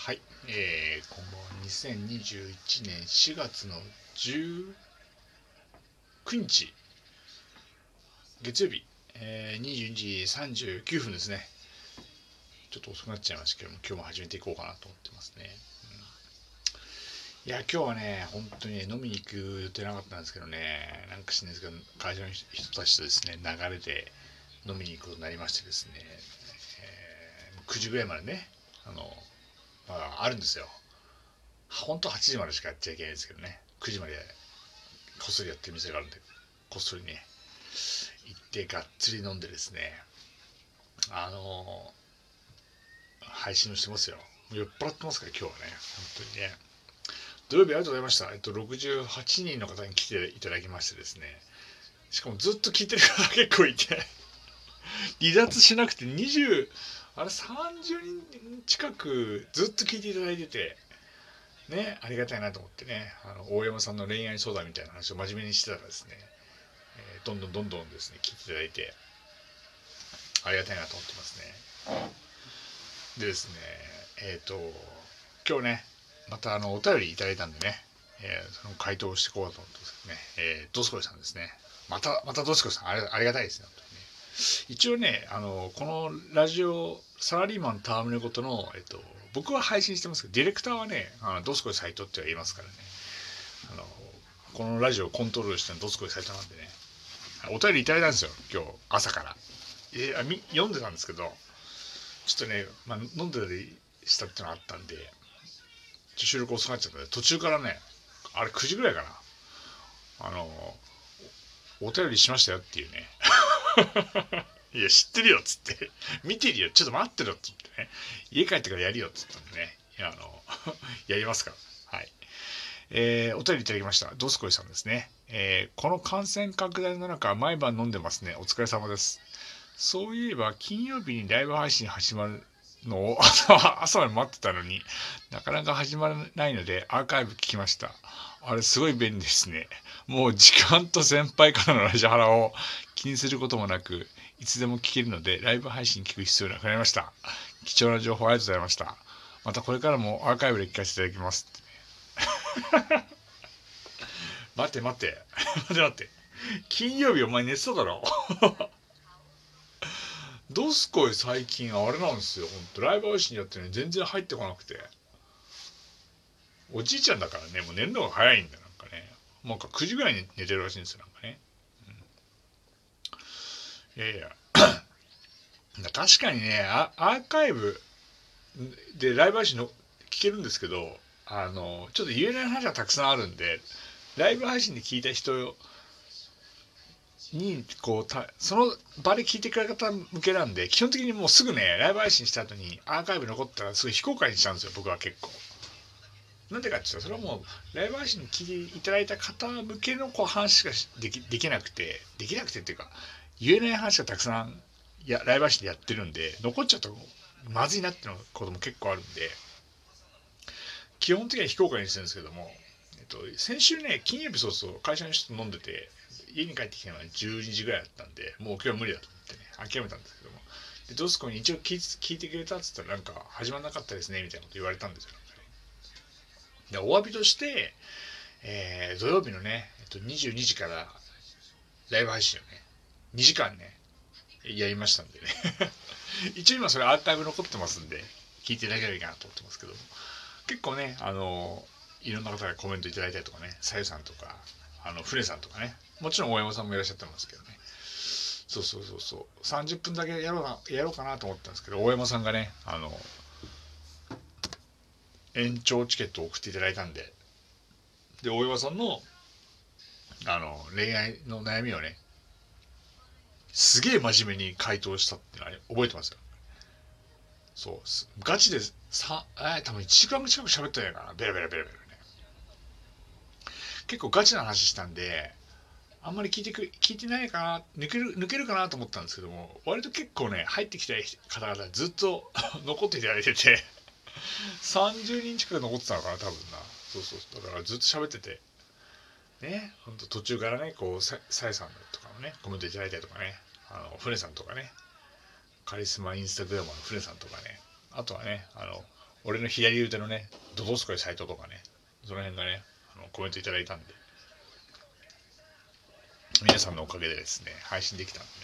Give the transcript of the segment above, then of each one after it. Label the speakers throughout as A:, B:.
A: はい、こんばんは。2021年4月の19日月曜日、22時39分ですね。ちょっと遅くなっちゃいましたけども、今日も始めていこうかなと思ってますね。いや、今日はね、本当にね、飲みに行く予定なかったんですけどね、なんかしないですけど、会社の人たちとですね、流れで飲みに行くことになりましてですね、9時ぐらいまでね、まあ、あるんですよ。本当は8時までしかやっちゃいけないんですけどね、9時までこっそりやってる店があるんで、こっそりね、行ってがっつり飲んでですね、あの配信をしてますよ。酔っ払ってますから、今日はね、本当にね。土曜日ありがとうございました。68人の方に来ていただきましてですね、しかもずっと聞いてる方結構いて、離脱しなくて30人近くずっと聞いていただいてて、ね、ありがたいなと思ってね、大山さんの恋愛相談みたいな話を真面目にしてたらですね、どんどんですね、聞いていただいて、ありがたいなと思ってますね。でですね、今日ね、またお便りいただいたんでね、その回答をしていこうと思ってますけどね、ドスコイさんですね。またドスコイさん、ありがたいですね、本当にね。一応ね、このラジオ、サラリーマンターミネごとの、僕は配信してますけど、ディレクターはね、ドスコイサイトって言いますからね、あの、このラジオをコントロールしてるのドスコイサイトなんでね、お便りいただいたんですよ、今日、朝から。読んでたんですけど、ちょっとね、飲んでたりしたっていうのがあったんで、収録遅くなっちゃったんで、途中からね、あれ9時ぐらいかな、お便りしましたよっていうね。いや、知ってるよっつって、見てるよ、ちょっと待ってろっつってね、家帰ってからやるよっつったんでね、いや、やりますから。はい。お便りいただきました。ドスコイさんですね。この感染拡大の中、毎晩飲んでますね。お疲れ様です。そういえば、金曜日にライブ配信始まるのを朝まで待ってたのになかなか始まらないのでアーカイブ聞きました。あれすごい便利ですね。もう時間と先輩からのラジハラを気にすることもなくいつでも聞けるのでライブ配信聞く必要なくなりました。貴重な情報ありがとうございました。またこれからもアーカイブで聞かせていただきます。待って金曜日お前寝てただろ。ドスコイ最近あれなんですよ、ほんとライブ配信やってるのに全然入ってこなくて、おじいちゃんだからね、もう寝るのが早いんだよ、なんかね。なんか9時ぐらいに寝てるらしいんですよ、なんかね。いやいや、確かにね、アーカイブでライブ配信の聞けるんですけど、ちょっと言えない話がたくさんあるんで、ライブ配信で聞いた人に、その場で聞いてくれた方向けなんで、基本的にもうすぐね、ライブ配信した後にアーカイブ残ったらすぐ非公開にしちゃうんですよ、僕は結構。なんでかっていうと、それはもうライブ配信に聞いていただいた方向けの話しかできなくてっていうか、言えない話がたくさんライブ配信でやってるんで、残っちゃうとまずいなってことも結構あるんで、基本的には非公開にしてるんですけども、先週ね、金曜日会社の人と飲んでて、家に帰ってきたのは12時ぐらいだったんで、もう今日は無理だと思ってね、諦めたんですけども、でドスコに一応聞いてくれたっつったら、なんか始まらなかったですねみたいなこと言われたんですよ。で、お詫びとして、土曜日のね、22時からライブ配信をね、2時間ね、やりましたんでね。一応今それアーカイブ残ってますんで、聞いていただければいいかなと思ってますけども、結構ね、いろんな方がコメントいただいたりとかね、さゆさんとか、船さんとかね、もちろん大山さんもいらっしゃってますけどね。30分だけやろうかなと思ったんですけど、大山さんがね、延長チケットを送っていただいたんで、大山さんの恋愛の悩みをね、すげえ真面目に回答したっての覚えてますよ。そうガチで多分1時間近く喋ったんやから、ベラベラね。結構ガチな話したんで、あんまり聞いてないかな、抜けるかなと思ったんですけども、割と結構ね、入ってきた方々ずっと残っていただいてて、30人近く残ってたのかな、多分な。だからずっと喋ってて、ね、ほんと途中からね、さえさんとかもね、コメントいただいたりとかね、船さんとかね、カリスマインスタグラマーの船さんとかね、あとはね、 俺の左腕のねドドスコイサイトとかね、その辺がねコメントいただいたんで、皆さんのおかげでですね配信できたんでね、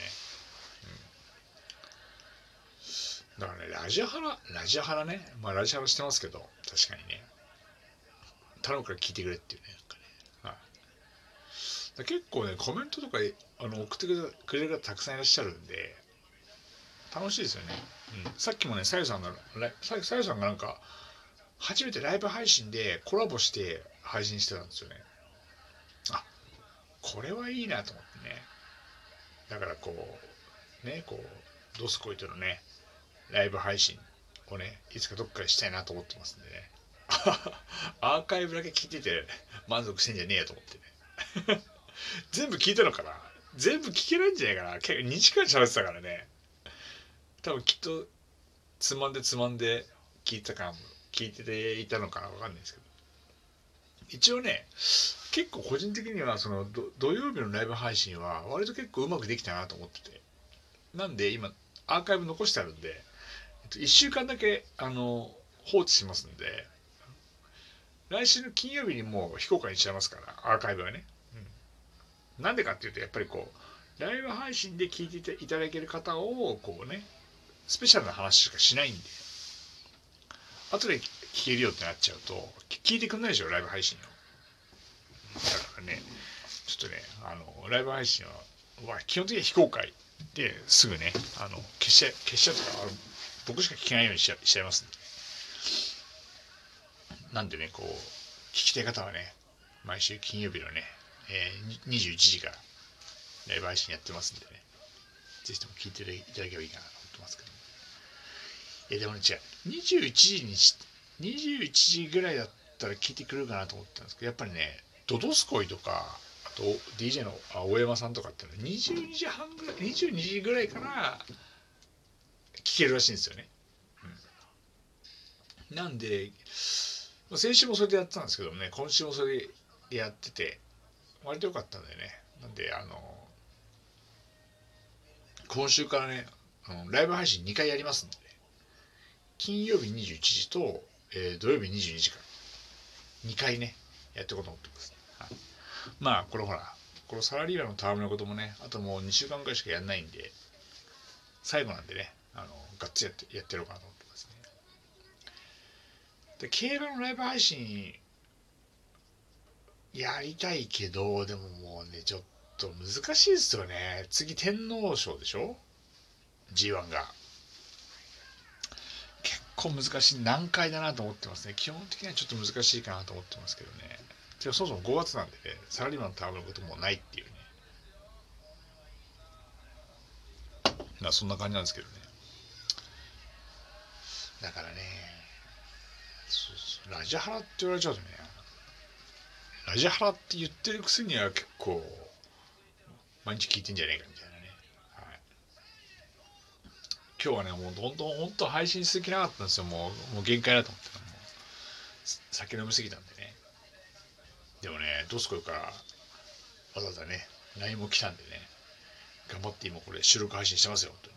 A: だからねラジハラね、まあラジハラしてますけど、確かにね頼むから聞いてくれっていうね、なんかね、はい、結構ねコメントとか送ってくれる方たくさんいらっしゃるんで楽しいですよね。さっきもねさゆさんがなんか初めてライブ配信でコラボして配信してたんですよね。あ、これはいいなと思ってね。だからこうドスコイとのねライブ配信をねいつかどっかでしたいなと思ってますんでね。アーカイブだけ聞いてて満足してんじゃねえよと思ってね。全部聞いたのかな。全部聞けないんじゃないかな。結構2時間喋ってたからね。多分きっとつまんで聞いてていたのかな、わかんないですけど、一応ね結構個人的にはその土曜日のライブ配信は割と結構うまくできたなと思ってて、なんで今アーカイブ残してあるんで、1週間だけ放置しますんで、来週の金曜日にもう非公開にしちゃいますからアーカイブはね、なんでかっていうとやっぱりこうライブ配信で聞いていただける方をこうねスペシャルな話しかしないんで、後で聞けるよってなっちゃうと聞いてくんないでしょライブ配信を。だからねちょっとねライブ配信は基本的には非公開ですぐね消しちゃうとか僕しか聞けないようにしちゃいますんで、なんでねこう聞きたい方はね毎週金曜日のね、21時からライブ配信やってますんでね、ぜひとも聞いていただければいいかなと思ってますけど、でもね違う、21時ぐらいだったら聞いてくれるかなと思ったんですけど、やっぱりねドドスコイとかあと DJ の大山さんとかっていうのは22時ぐらいから聞けるらしいんですよね、なんで先週もそれでやってたんですけどね、今週もそれでやってて割と良かったんだよね。なんで今週からねライブ配信2回やりますんで、ね、金曜日21時と、土曜日22時から2回ねやっていこうと思ってます、はい、まあこれほらこのサラリーマンのタームのこともねあともう2週間くらいしかやんないんで最後なんでねがっつりやってやろうかなと思ってますね。で競馬のライブ配信やりたいけど、でももうねちょっと難しいですよね。次天皇賞でしょ、 G1 が結構難しい難解だなと思ってますね。基本的にはちょっと難しいかなと思ってますけどね。そもそも5月なんでねサラリーマンのタームのこともないっていうね、まあそんな感じなんですけどね。だからねラジハラって言われちゃうとね、ラジハラって言ってるくせには結構毎日聞いてんじゃねえかみたいなね、はい、今日はねもうほんと配信しすぎなかったんですよ。もう限界だと思って、もう酒飲みすぎたんでね。でもねドスコイからわざわざね LINE も来たんでね、頑張って今これ収録配信してますよ本当に。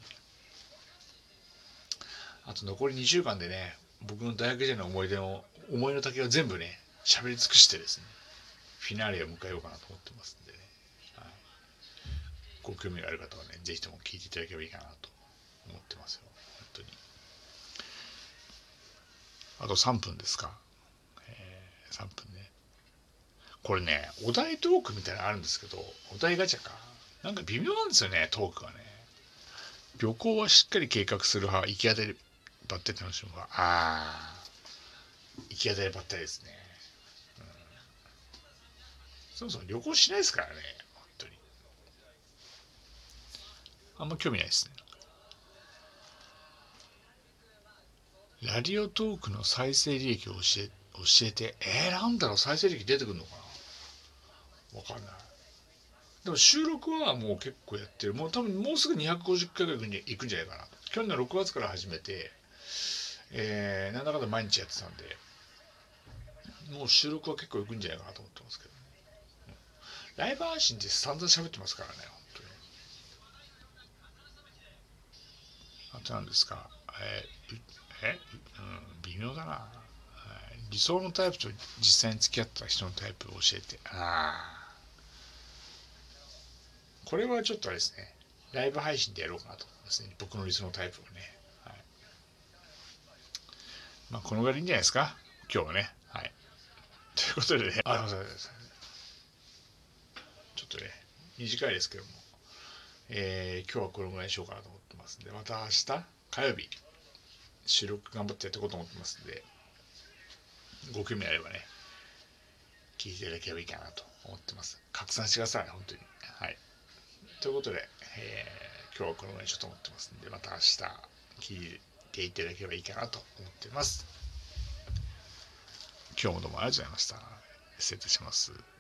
A: あと残り2週間でね僕の大学時代の思いの丈を全部ね喋り尽くしてですねフィナーレを迎えようかなと思ってますんでね、はい、ご興味がある方はねぜひとも聞いていただければいいかなと思ってますよ本当に。あと3分ですか、3分ね。これねお題トークみたいなのあるんですけど、お題ガチャかなんか微妙なんですよねトークがね。旅行はしっかり計画する派、行き当たりばったり楽しむ派。行き当たりばったりですね、そもそも旅行しないですからね本当に。あんま興味ないですね。ラジオトークの再生履歴を教えて。なんだろう、再生履歴出てくるのかな、わかんない。でも収録はもう結構やってる。もう多分もうすぐ250回ぐらい行くんじゃないかな。去年の6月から始めて、なんだかんだ毎日やってたんで、もう収録は結構行くんじゃないかなと思ってますけどね。ライブ配信って散々喋ってますからね、本当に。あと何ですか、 微妙だな。理想のタイプと実際に付き合った人のタイプを教えて。これはちょっとあれですね。ライブ配信でやろうかなと思いますね。僕の理想のタイプをね。はい、まあ、このぐらいでいいんじゃないですか。今日はね。はい。ということでね。ちょっとね、短いですけども。今日はこのぐらいにしようかなと思ってますんで、また明日、火曜日、収録頑張ってやっていこうと思ってますんで、ご興味あればね、聞いていただければいいかなと思ってます。拡散してください、本当に。はい。ということで、今日はこのぐらいにしようと思ってますんで、また明日、聞いていただければいいかなと思ってます。今日もどうもありがとうございました。失礼いたします。